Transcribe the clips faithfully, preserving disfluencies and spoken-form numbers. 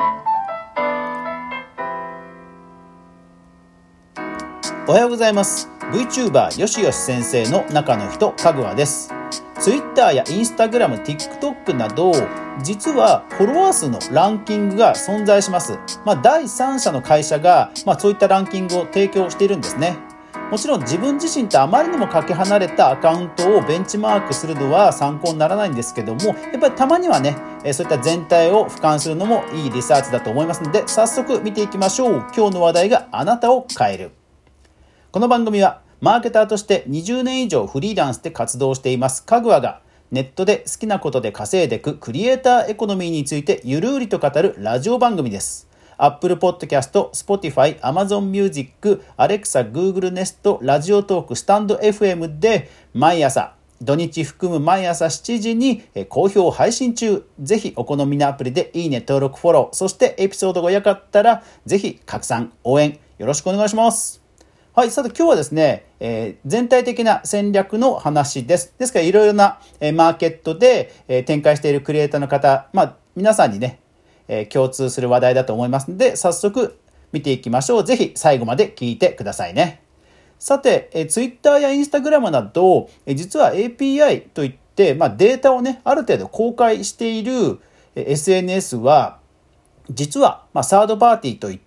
おはようございます。 VTuber よしよし先生の中の人、かぐわです。 Twitter や Instagram、TikTok など実はフォロワー数のランキングが存在します。まあ、第三者の会社が、まあ、そういったランキングを提供しているんですね。もちろん自分自身とあまりにもかけ離れたアカウントをベンチマークするのは参考にならないんですけども、やっぱりたまにはね、そういった全体を俯瞰するのもいいリサーチだと思いますので、早速見ていきましょう。今日の話題があなたを変える。この番組はマーケターとしてにじゅうねん以上フリーランスで活動していますかぐわが、ネットで好きなことで稼いでいくクリエイターエコノミーについてゆるりと語るラジオ番組です。Apple Podcast、Spotify、Amazon Music、Alexa、Google Nest、ラジオトーク、スタンド エフエム で毎朝、土日含む毎朝しちじに好評配信中。ぜひお好みのアプリでいいね、登録、フォロー、そしてエピソードが良かったらぜひ拡散、応援よろしくお願いします。はい、さて今日はですね、えー、全体的な戦略の話です。ですからいろいろな、えー、マーケットで、えー、展開しているクリエイターの方、まあ皆さんにね、えー、共通する話題だと思いますので、早速見ていきましょう。ぜひ最後まで聞いてくださいね。さて、えー、Twitter や Instagram など、えー、実は エーピーアイ といって、まあ、データをね、ある程度公開している、えー、エスエヌエス は、実は、まあ、サードパーティーといって、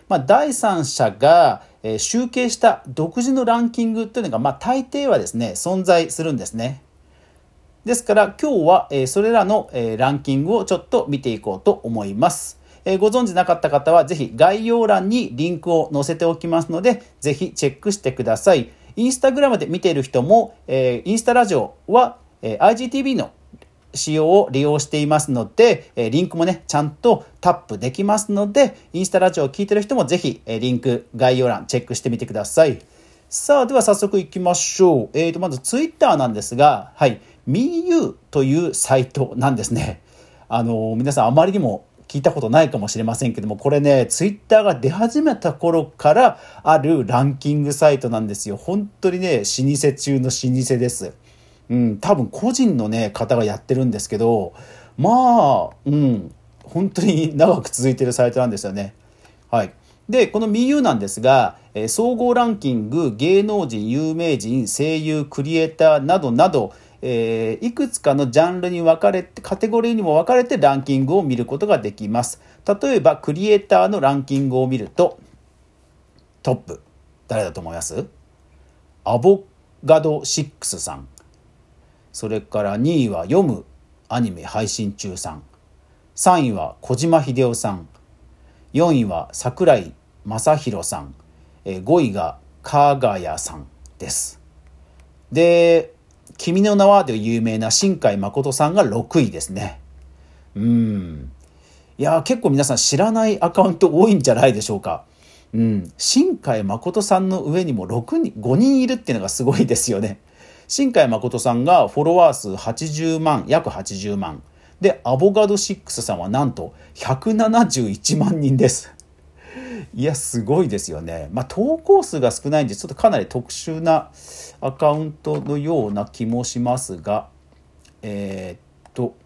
まあ、第三者が、えー、集計した独自のランキングというのが、まあ、大抵はですね、存在するんですね。ですから今日は、えー、それらの、えー、ランキングをちょっと見ていこうと思います。えー、ご存知なかった方はぜひ概要欄にリンクを載せておきますので、ぜひチェックしてください。インスタグラムで見ている人も、えー、インスタラジオは、えー、アイジーティービー の仕様を利用していますので、えー、リンクもねちゃんとタップできますので、インスタラジオを聞いている人もぜひ、えー、リンク概要欄チェックしてみてください。さあでは早速いきましょう。えーとまずツイッターなんですが、はい、ミーユー というサイトなんですね。あの皆さんあまりにも聞いたことないかもしれませんけども、これねツイッターが出始めた頃からあるランキングサイトなんですよ。本当にね老舗中の老舗です。うん、多分個人のね方がやってるんですけど、まあうん本当に長く続いてるサイトなんですよね。はい。でこの ミーユー なんですが、えー、総合ランキング、芸能人、有名人、声優、クリエイターなどなど、えー、いくつかのジャンルに分かれて、カテゴリーにも分かれてランキングを見ることができます。例えばクリエイターのランキングを見ると、トップ誰だと思います？アボガドろくさん。それからにいは読むアニメ配信中さん。さんいは小島秀夫さん。よんいは桜井正宏さん。ごいがかがやさんです。で、君の名はで有名な新海誠さんがろくいですね。うーん。いや結構皆さん知らないアカウント多いんじゃないでしょうか。うん。新海誠さんの上にもろくにん、ごにんいるっていうのがすごいですよね。新海誠さんがフォロワー数はちじゅうまん、約はちじゅうまん。で、アボガドろくさんはなんとひゃくななじゅういちまんにんです。いや、すごいですよね。まあ、投稿数が少ないんで、ちょっとかなり特殊なアカウントのような気もしますが、えー、っと、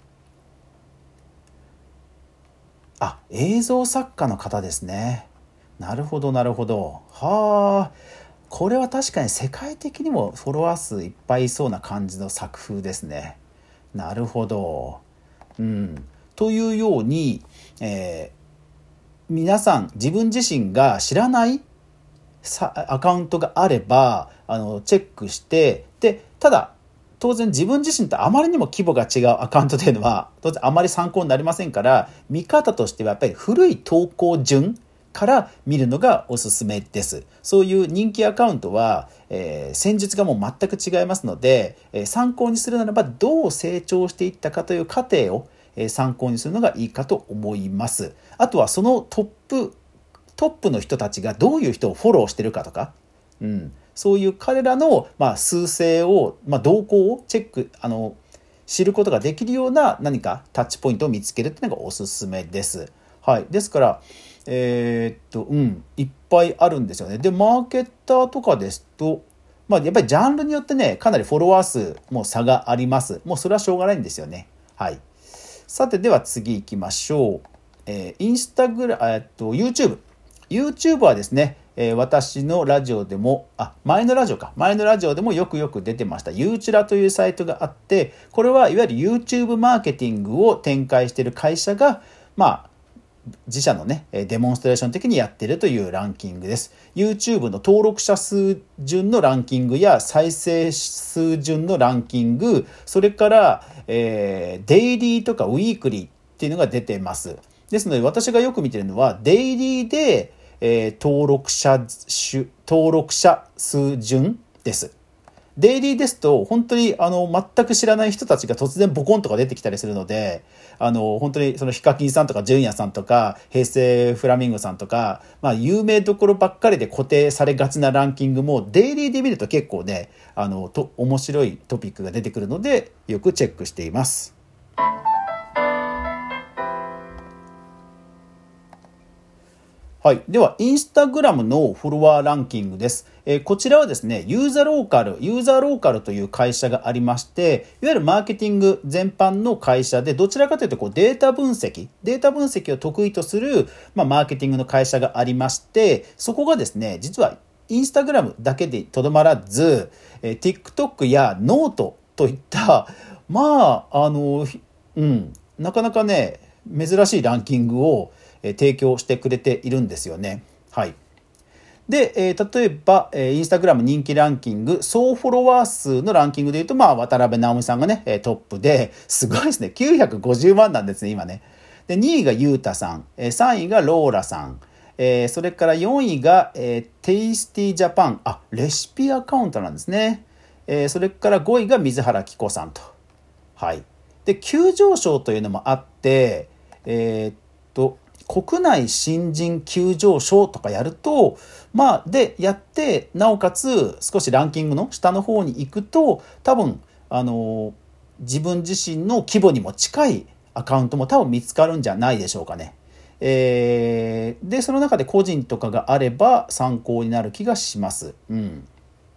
あ、映像作家の方ですね。なるほど、なるほど。はあ。これは確かに世界的にもフォロワー数いっぱいいそうな感じの作風ですね。なるほど。うん。というように、えー、皆さん自分自身が知らないアカウントがあればあのチェックして、でただ当然自分自身とあまりにも規模が違うアカウントというのは当然あまり参考になりませんから、見方としてはやっぱり古い投稿順から見るのがおすすめです。そういう人気アカウントは、えー、戦術がもう全く違いますので、えー、参考にするならばどう成長していったかという過程を、えー、参考にするのがいいかと思います。あとはそのトップトップの人たちがどういう人をフォローしてるかとか、うん、そういう彼らの、まあ、趨勢を、まあ、動向をチェックあの知ることができるような何かタッチポイントを見つけるっていうのがおすすめです。はい、ですからえー、っとうんいっぱいあるんですよね。でマーケッターとかですと、まあ、やっぱりジャンルによってねかなりフォロワー数も差があります。もうそれはしょうがないんですよね。はい。さてでは次行きましょう。 えー、インスタグラム、えっと、YouTube。YouTube はですね、えー、私のラジオでも、あ、前のラジオか。前のラジオでもよくよく出てました。ユーチュラというサイトがあって、これはいわゆる YouTube マーケティングを展開している会社が、まあ、自社のね、デモンストレーション的にやっているというランキングです。YouTube の登録者数順のランキングや再生数順のランキング、それから、えー、デイリーとかウィークリーっていうのが出てます。ですので私がよく見てるのは、デイリーで、えー、登録者種、登録者数順です。デイリーですと本当にあの全く知らない人たちが突然ボコンとか出てきたりするので、あの本当にそのヒカキンさんとか純也さんとか平成フラミンゴさんとか、まあ、有名どころばっかりで固定されがちなランキングもデイリーで見ると結構ね、あのと面白いトピックが出てくるのでよくチェックしています。はい。では、インスタグラムのフォロワーランキングです。えー、こちらはですね、ユーザローカル、ユーザーローカルという会社がありまして、いわゆるマーケティング全般の会社で、どちらかというとこうデータ分析、データ分析を得意とする、まあ、マーケティングの会社がありまして、そこがですね、実はインスタグラムだけでとどまらず、えー、TikTok やノートといった、まあ、あの、うん、なかなかね、珍しいランキングを提供してくれているんですよね。はい。で、えー、例えば、えー、インスタグラム人気ランキング、総フォロワー数のランキングでいうと、まあ、渡辺直美さんがね、トップで、すごいですね。きゅうひゃくごじゅうまんなんですね、今ね。で、にいがゆうたさん、えー、さんいがローラさん、えー、それからよんいが、えー、テイスティジャパン、あ、レシピアカウントなんですね。えー、それからごいが水原希子さんと。はい。で、急上昇というのもあって、えー、っと、国内新人急上昇とかやると、まあ、で、やって、なおかつ少しランキングの下の方に行くと、多分、あの、自分自身の規模にも近いアカウントも多分見つかるんじゃないでしょうかね。えー、で、その中で個人とかがあれば参考になる気がします。うん。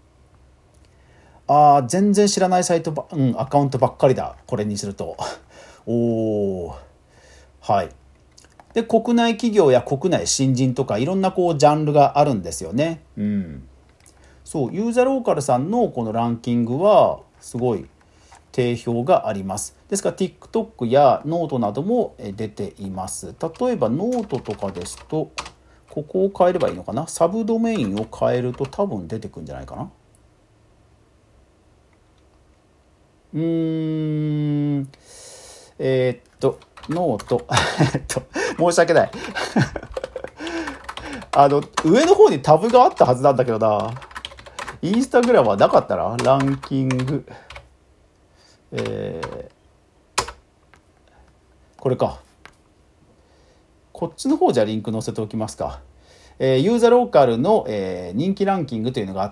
ああ、全然知らないサイトば、うん、アカウントばっかりだ。これにすると。おー。はい。で、国内企業や国内新人とかいろんなこうジャンルがあるんですよね。うん。そう、ユーザーローカルさんのこのランキングはすごい定評があります。ですから TikTok やノートなども出ています。例えばノートとかですと、ここを変えればいいのかな。サブドメインを変えると多分出てくるんじゃないかな。うーん。えー、っと、ノート。えっと、申し訳ない。あの、上の方にタブがあったはずなんだけどな。インスタグラムはなかったな。ランキング。えー、これか。こっちの方じゃリンク載せておきますか。えー、ユーザーローカルの、えー、人気ランキングというのがあって、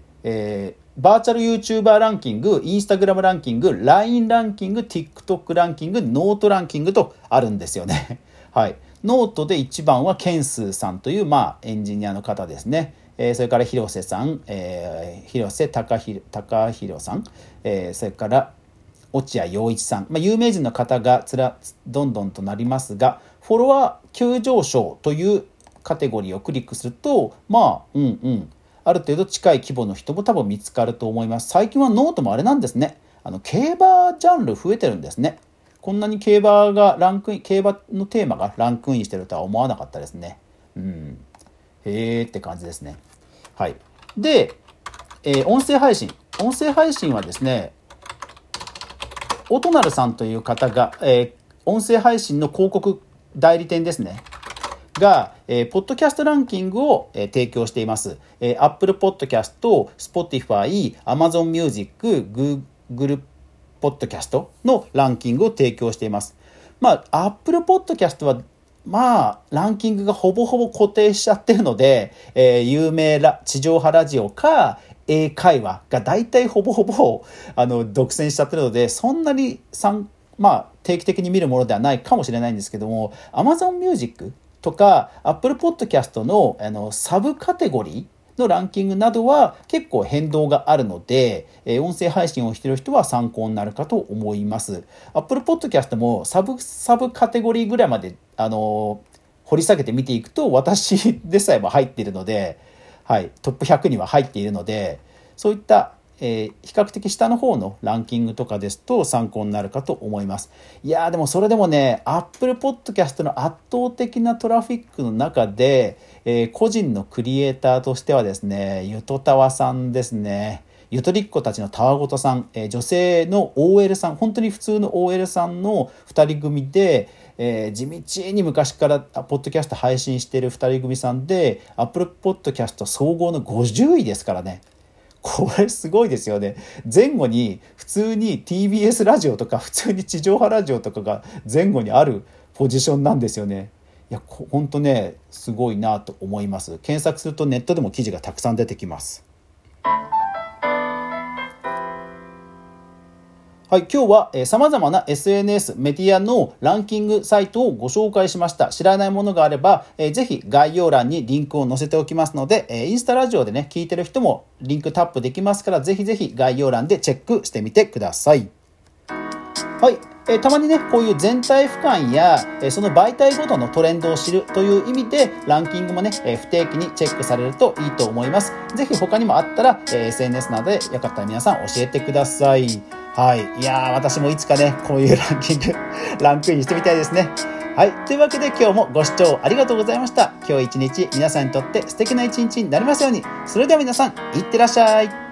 えーバーチャル YouTuber ランキング、インスタグラムランキング、ライン ランキング、TikTok ランキング、ノートランキングとあるんですよね。はい。ノートでいちばんはケンスーさんという、まあ、エンジニアの方ですね。えー、それから広瀬さん、えー、広瀬隆弘さん、えー、それから落合陽一さん。まあ、有名人の方がつら、どんどんとなりますが、フォロワー急上昇というカテゴリーをクリックすると、まあ、うんうん。ある程度近い規模の人も多分見つかると思います。最近はノートもあれなんですね。あの競馬ジャンル増えてるんですね。こんなに競馬がランクイン、競馬のテーマがランクインしてるとは思わなかったですね。うん。へーって感じですね。はい。で、えー、音声配信。音声配信はですね、オトナルさんという方が、えー、音声配信の広告代理店ですね。が、えー、ポッドキャストランキングを、えー、提供しています。えー、Apple Podcast、Spotify、Amazon Music、Google Podcast のランキングを提供しています。まあ、Apple Podcast は、まあ、ランキングがほぼほぼ固定しちゃってるので、えー、有名な地上波ラジオか、英会話が大体ほぼほぼ、あの、独占しちゃってるので、そんなに参、まあ、定期的に見るものではないかもしれないんですけども、Amazon Musicとか Apple Podcast の、あのサブカテゴリーのランキングなどは結構変動があるので、えー、音声配信をしている人は参考になるかと思います。Apple Podcast もサブサブカテゴリーぐらいまで、あのー、掘り下げて見ていくと私でさえも入っているので、はい、トップひゃくには入っているので、そういったえー、比較的下の方のランキングとかですと参考になるかと思います。いやーでもそれでもね、Apple Podcast の圧倒的なトラフィックの中で、えー、個人のクリエイターとしてはですね、ゆとたわさんですね。ゆとりっ子たちのたわごとさん、えー、女性の オーエル さん、本当に普通の オーエル さんのふたり組で、えー、地道に昔からポッドキャスト配信しているふたり組さんで、Apple Podcast 総合のごじゅういですからね。これすごいですよね。前後に普通に ティービーエス ラジオとか普通に地上波ラジオとかが前後にあるポジションなんですよね。いや、ほんとね、すごいなと思います。検索するとネットでも記事がたくさん出てきます。はい、今日は、えー、様々な エスエヌエス メディアのランキングサイトをご紹介しました。知らないものがあれば、えー、ぜひ概要欄にリンクを載せておきますので、えー、インスタラジオでね、聞いてる人もリンクタップできますから、ぜひぜひ概要欄でチェックしてみてください。はい。えー、たまにね、こういう全体俯瞰や、えー、その媒体ごとのトレンドを知るという意味で、ランキングもね、えー、不定期にチェックされるといいと思います。ぜひ他にもあったら、えー、エスエヌエス などでよかったら皆さん教えてください。はい。いやー、私もいつかね、こういうランキング、ランクインしてみたいですね。はい。というわけで今日もご視聴ありがとうございました。今日一日皆さんにとって素敵な一日になりますように。それでは皆さん、いってらっしゃい。